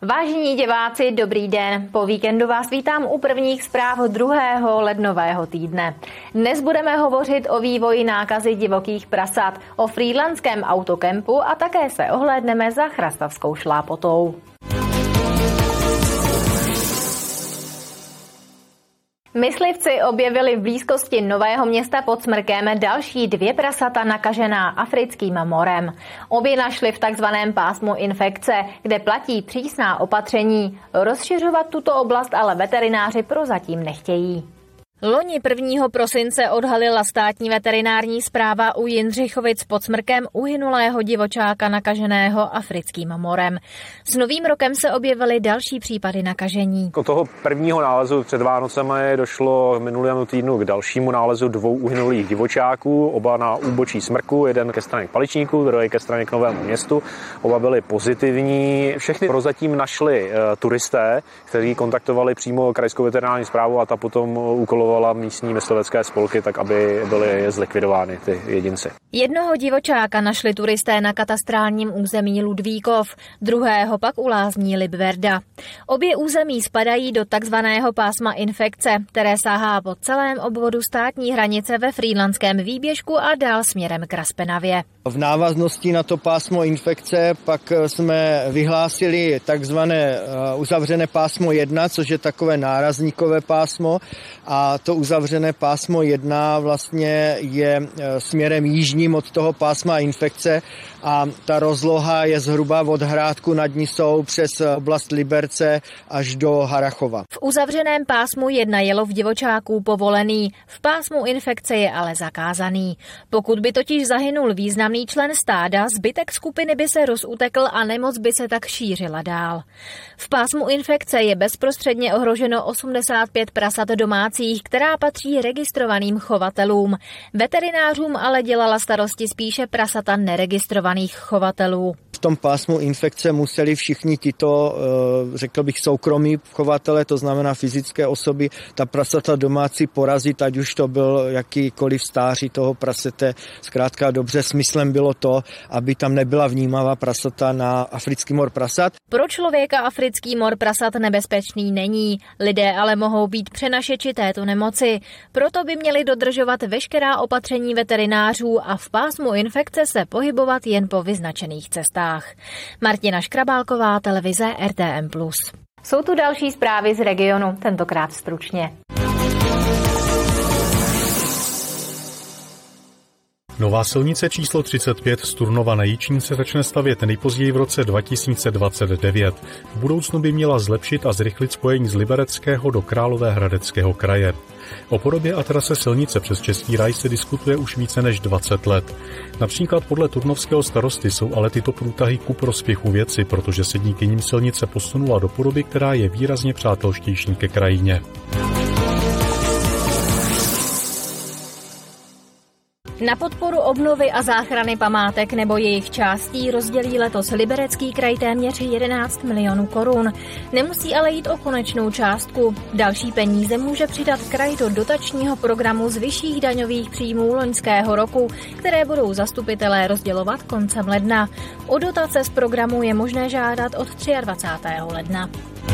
Vážení diváci, dobrý den. Po víkendu vás vítám u prvních zpráv 2. lednového týdne. Dnes budeme hovořit o vývoji nákazy divokých prasat, o frýdlantském autokempu a také se ohlédneme za Chrastavskou šlápotou. Myslivci objevili v blízkosti Nového Města pod Smrkem další 2 prasata nakažená africkým morem. Obě našli v takzvaném pásmu infekce, kde platí přísná opatření. Rozšiřovat tuto oblast ale veterináři prozatím nechtějí. Loni 1. prosince odhalila státní veterinární správa u Jindřichovic pod Smrkem uhynulého divočáka nakaženého africkým morem. S Novým rokem se objevily další případy nakažení. Od toho prvního nálezu před Vánocemi došlo v minulém týdnu k dalšímu nálezu 2 uhynulých divočáků, oba na úbočí Smrku, jeden ke straně k Paličníku, druhý ke straně k Novému Městu. Oba byli pozitivní. Všechny prozatím našli turisté, kteří kontaktovali přímo krajskou veterinární správu a ta potom úkolovala místní myslivecké spolky, tak aby byly zlikvidovány ty jedinci. Jednoho divočáka našli turisté na katastrálním území Ludvíkov, druhého pak u lázní Libverda. Obě území spadají do takzvaného pásma infekce, které sahá po celém obvodu státní hranice ve Frýdlantském výběžku a dál směrem k Raspenavě. V návaznosti na to pásmo infekce pak jsme vyhlásili takzvané uzavřené pásmo 1, což je takové nárazníkové pásmo, a to uzavřené pásmo 1 vlastně je směrem jižním od toho pásma infekce a ta rozloha je zhruba od Hrádku nad Nisou přes oblast Liberce až do Harrachova. V uzavřeném pásmu 1 je lov divočáků povolený, v pásmu infekce je ale zakázaný. Pokud by totiž zahynul významný člen stáda, zbytek skupiny by se rozutekl a nemoc by se tak šířila dál. V pásmu infekce je bezprostředně ohroženo 85 prasat domácích, která patří registrovaným chovatelům. Veterinářům ale dělala starosti spíše prasata neregistrovaných chovatelů. V tom pásmu infekce museli všichni tito, řekl bych, soukromí chovatele, to znamená fyzické osoby, ta prasata domácí porazit, ať už to byl jakýkoliv stáří toho prasete. Zkrátka dobře, smyslem bylo to, aby tam nebyla vnímavá prasata na africký mor prasat. Pro člověka africký mor prasat nebezpečný není. Lidé ale mohou být přenašeči této nemoci. Proto by měli dodržovat veškerá opatření veterinářů a v pásmu infekce se pohybovat jen po vyznačených cestách. Martina Škrabálková, televize RTM+. Jsou tu další zprávy z regionu, tentokrát stručně. Nová silnice číslo 35 z Turnova na Jičín se začne stavět nejpozději v roce 2029. V budoucnu by měla zlepšit a zrychlit spojení z Libereckého do Královéhradeckého kraje. O podobě a trase silnice přes Český ráj se diskutuje už více než 20 let. Například podle turnovského starosty jsou ale tyto průtahy ku prospěchu věci, protože se díky nim silnice posunula do podoby, která je výrazně přátelštější ke krajině. Na podporu obnovy a záchrany památek nebo jejich částí rozdělí letos Liberecký kraj téměř 11 milionů korun. Nemusí ale jít o konečnou částku. Další peníze může přidat kraj do dotačního programu z vyšších daňových příjmů loňského roku, které budou zastupitelé rozdělovat koncem ledna. O dotace z programu je možné žádat od 23. ledna.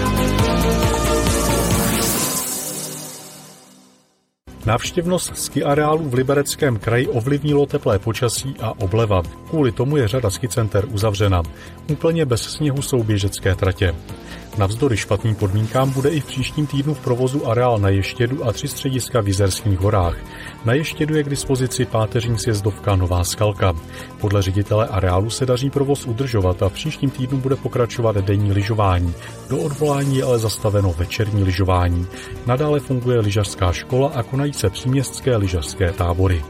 Návštěvnost ski areálu v Libereckém kraji ovlivnilo teplé počasí a obleva. Kvůli tomu je řada skicenter uzavřena. Úplně bez sněhu jsou běžecké tratě. Navzdory špatným podmínkám bude i v příštím týdnu v provozu areál na Ještědu a 3 střediska v Jizerských horách. Na Ještědu je k dispozici páteřní sjezdovka Nová Skalka. Podle ředitele areálu se daří provoz udržovat a v příštím týdnu bude pokračovat denní lyžování. Do odvolání je ale zastaveno večerní lyžování. Nadále funguje lyžařská škola a konají se příměstské lyžařské tábory.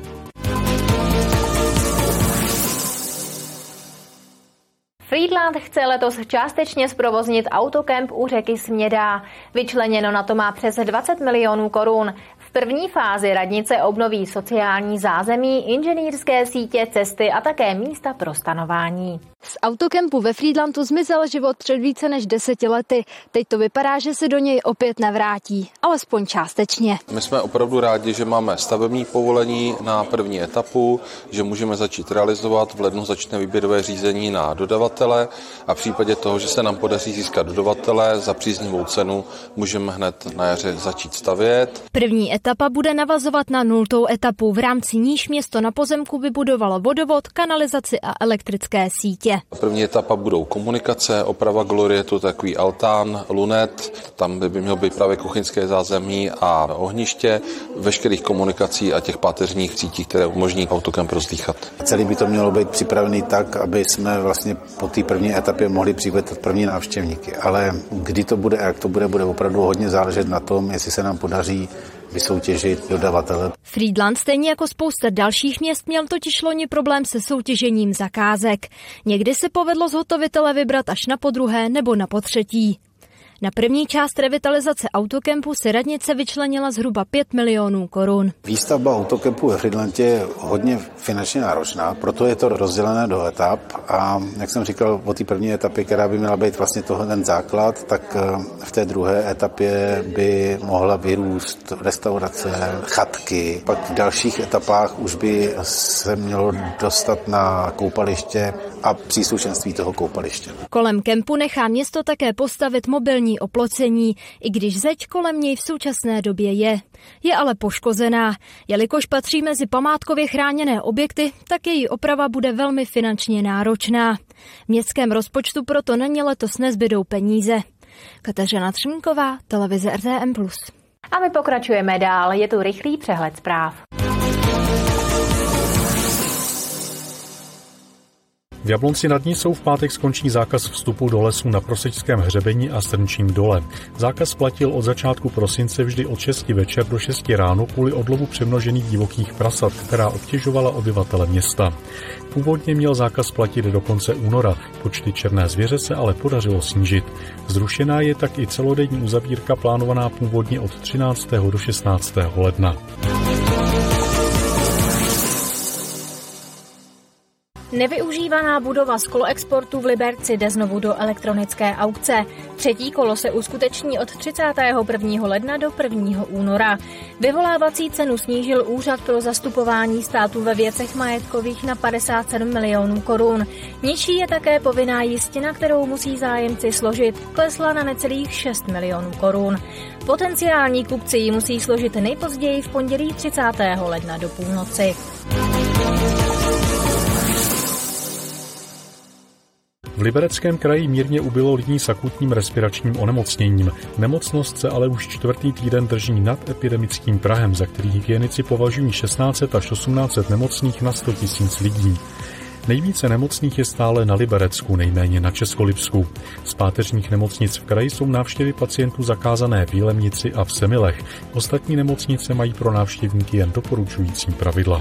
Frýdlant chce letos částečně zprovoznit autokemp u řeky Smědá. Vyčleněno na to má přes 20 milionů korun. V první fázi radnice obnoví sociální zázemí, inženýrské sítě, cesty a také místa pro stanování. Z autokempu ve Frýdlantu zmizel život před více než 10 lety. Teď to vypadá, že se do něj opět nevrátí, alespoň částečně. My jsme opravdu rádi, že máme stavební povolení na první etapu, že můžeme začít realizovat. V lednu začne výběrové řízení na dodavatele a v případě toho, že se nám podaří získat dodavatele za příznivou cenu, můžeme hned na jaře začít stavět. První etapa bude navazovat na 0. etapu, v rámci níž město na pozemku vybudovalo vodovod, kanalizaci a elektrické sítě. První etapa budou komunikace, oprava glorietu, takový altán, lunet, tam by mělo být právě kuchyňské zázemí a ohniště, veškerých komunikací a těch páteřních sítí, které umožní autokemp rozdýchat. Celý by to mělo být připravený tak, aby jsme vlastně po té první etapě mohli přivítat první návštěvníky. Ale kdy to bude a jak to bude opravdu hodně záležet na tom, jestli se nám podaří vysoutěžit dodavatele. Frýdlant stejně jako spousta dalších měst měl totiž loni problém se soutěžením zakázek. Někdy se povedlo zhotovitele vybrat až na podruhé nebo na potřetí. Na první část revitalizace autokempu si radnice vyčlenila zhruba 5 milionů korun. Výstavba autokempu ve Frýdlantě je hodně finančně náročná, proto je to rozdělené do etap a jak jsem říkal o té první etapě, která by měla být vlastně ten základ, tak v té druhé etapě by mohla vyrůst restaurace, chatky, pak v dalších etapách už by se mělo dostat na koupaliště a příslušenství toho koupaliště. Kolem kempu nechá město také postavit mobilní oplocení, i když zeď kolem něj v současné době je. Je ale poškozená. Jelikož patří mezi památkově chráněné objekty, tak její oprava bude velmi finančně náročná. V městském rozpočtu proto na ně letos nezbydou peníze. Kateřina Třmínková, televize RTM+. A my pokračujeme dál. Je tu rychlý přehled zpráv. V Jablonci nad Nisou v pátek skončí zákaz vstupu do lesů na Prosečském hřebeni a Strnčím dole. Zákaz platil od začátku prosince vždy od 6 večer do 6 ráno kvůli odlovu přemnožených divokých prasat, která obtěžovala obyvatele města. Původně měl zákaz platit do konce února, počty černé zvěře se ale podařilo snížit. Zrušená je tak i celodenní uzavírka plánovaná původně od 13. do 16. ledna. Nevyužívaná budova Skoloexportu v Liberci jde znovu do elektronické aukce. Třetí kolo se uskuteční od 31. ledna do 1. února. Vyvolávací cenu snížil Úřad pro zastupování státu ve věcech majetkových na 57 milionů korun. Nižší je také povinná jistina, kterou musí zájemci složit. Klesla na necelých 6 milionů korun. Potenciální kupci ji musí složit nejpozději v pondělí 30. ledna do půlnoci. V Libereckém kraji mírně ubylo lidí s akutním respiračním onemocněním. Nemocnost se ale už 4. týden drží nad epidemickým prahem, za který hygienici považují 1600 až 1800 nemocných na 100 000 lidí. Nejvíce nemocných je stále na Liberecku, nejméně na Českolipsku. Z páteřních nemocnic v kraji jsou návštěvy pacientů zakázané v Jilemnici a v Semilech. Ostatní nemocnice mají pro návštěvníky jen doporučující pravidla.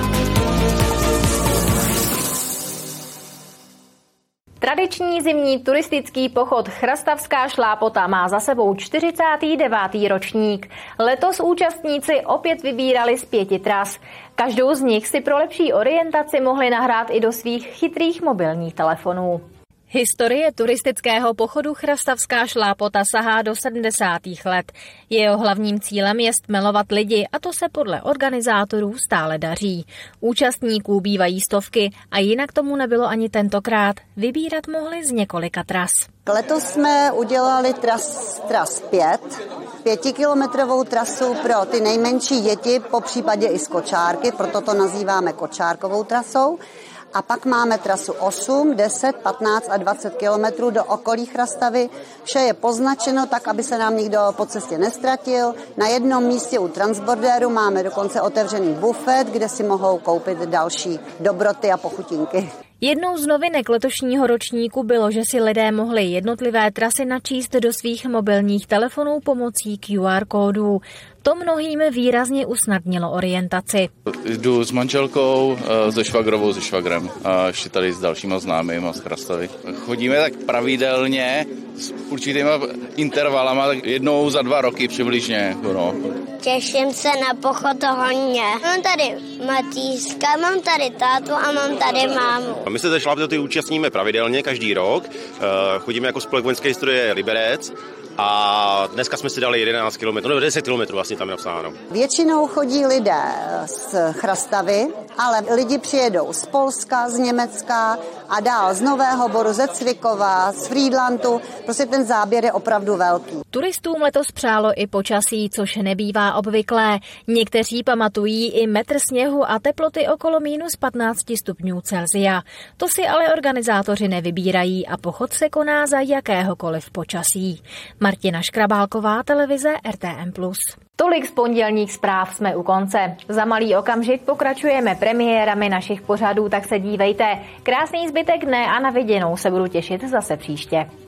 Tradiční zimní turistický pochod Chrastavská šlápota má za sebou 49. ročník. Letos účastníci opět vybírali z 5 tras. Každou z nich si pro lepší orientaci mohli nahrát i do svých chytrých mobilních telefonů. Historie turistického pochodu Chrastavská šlápota sahá do 70. let. Jeho hlavním cílem je stmelovat lidi a to se podle organizátorů stále daří. Účastníků bývají stovky a jinak tomu nebylo ani tentokrát. Vybírat mohli z několika tras. Letos jsme udělali tras 5. 5kilometrovou trasu pro ty nejmenší děti, po případě i z kočárky, proto to nazýváme kočárkovou trasou. A pak máme trasu 8, 10, 15 a 20 kilometrů do okolí Chrastavy. Vše je poznačeno tak, aby se nám nikdo po cestě nestratil. Na jednom místě u transbordéru máme dokonce otevřený bufet, kde si mohou koupit další dobroty a pochutinky. Jednou z novinek letošního ročníku bylo, že si lidé mohli jednotlivé trasy načíst do svých mobilních telefonů pomocí QR kódů. To mnohým výrazně usnadnilo orientaci. Jdu s manželkou, se švagrovou, se švagrem a ještě tady s dalšíma známýma z Chrastavy. Chodíme tak pravidelně s určitýma intervalama, tak jednou za 2 roky přibližně. No. Těším se na pochod hodně. Mám tady Matýska, mám tady tátu a mám tady mámu. My se ze Šlaptoty účastníme pravidelně každý rok. Chodíme jako spolek vojenské historie Liberec. A dneska jsme si dali 11 km, nebo 10 km vlastně tam je napsáno. Většinou chodí lidé z Chrastavy, ale lidi přijedou z Polska, z Německa a dál z Nového Boru, ze Cvikova, z Frýdlantu. Prostě ten záběr je opravdu velký. Turistům letos přálo i počasí, což nebývá obvyklé. Někteří pamatují i metr sněhu a teploty okolo -15 stupňů Celsia. To si ale organizátoři nevybírají a pochod se koná za jakéhokoliv počasí. Martina Škrabálková, televize RTM+. Tolik z pondělních zpráv, jsme u konce. Za malý okamžik pokračujeme premiérami našich pořadů, tak se dívejte. Krásný zbytek dne a na viděnou se budu těšit zase příště.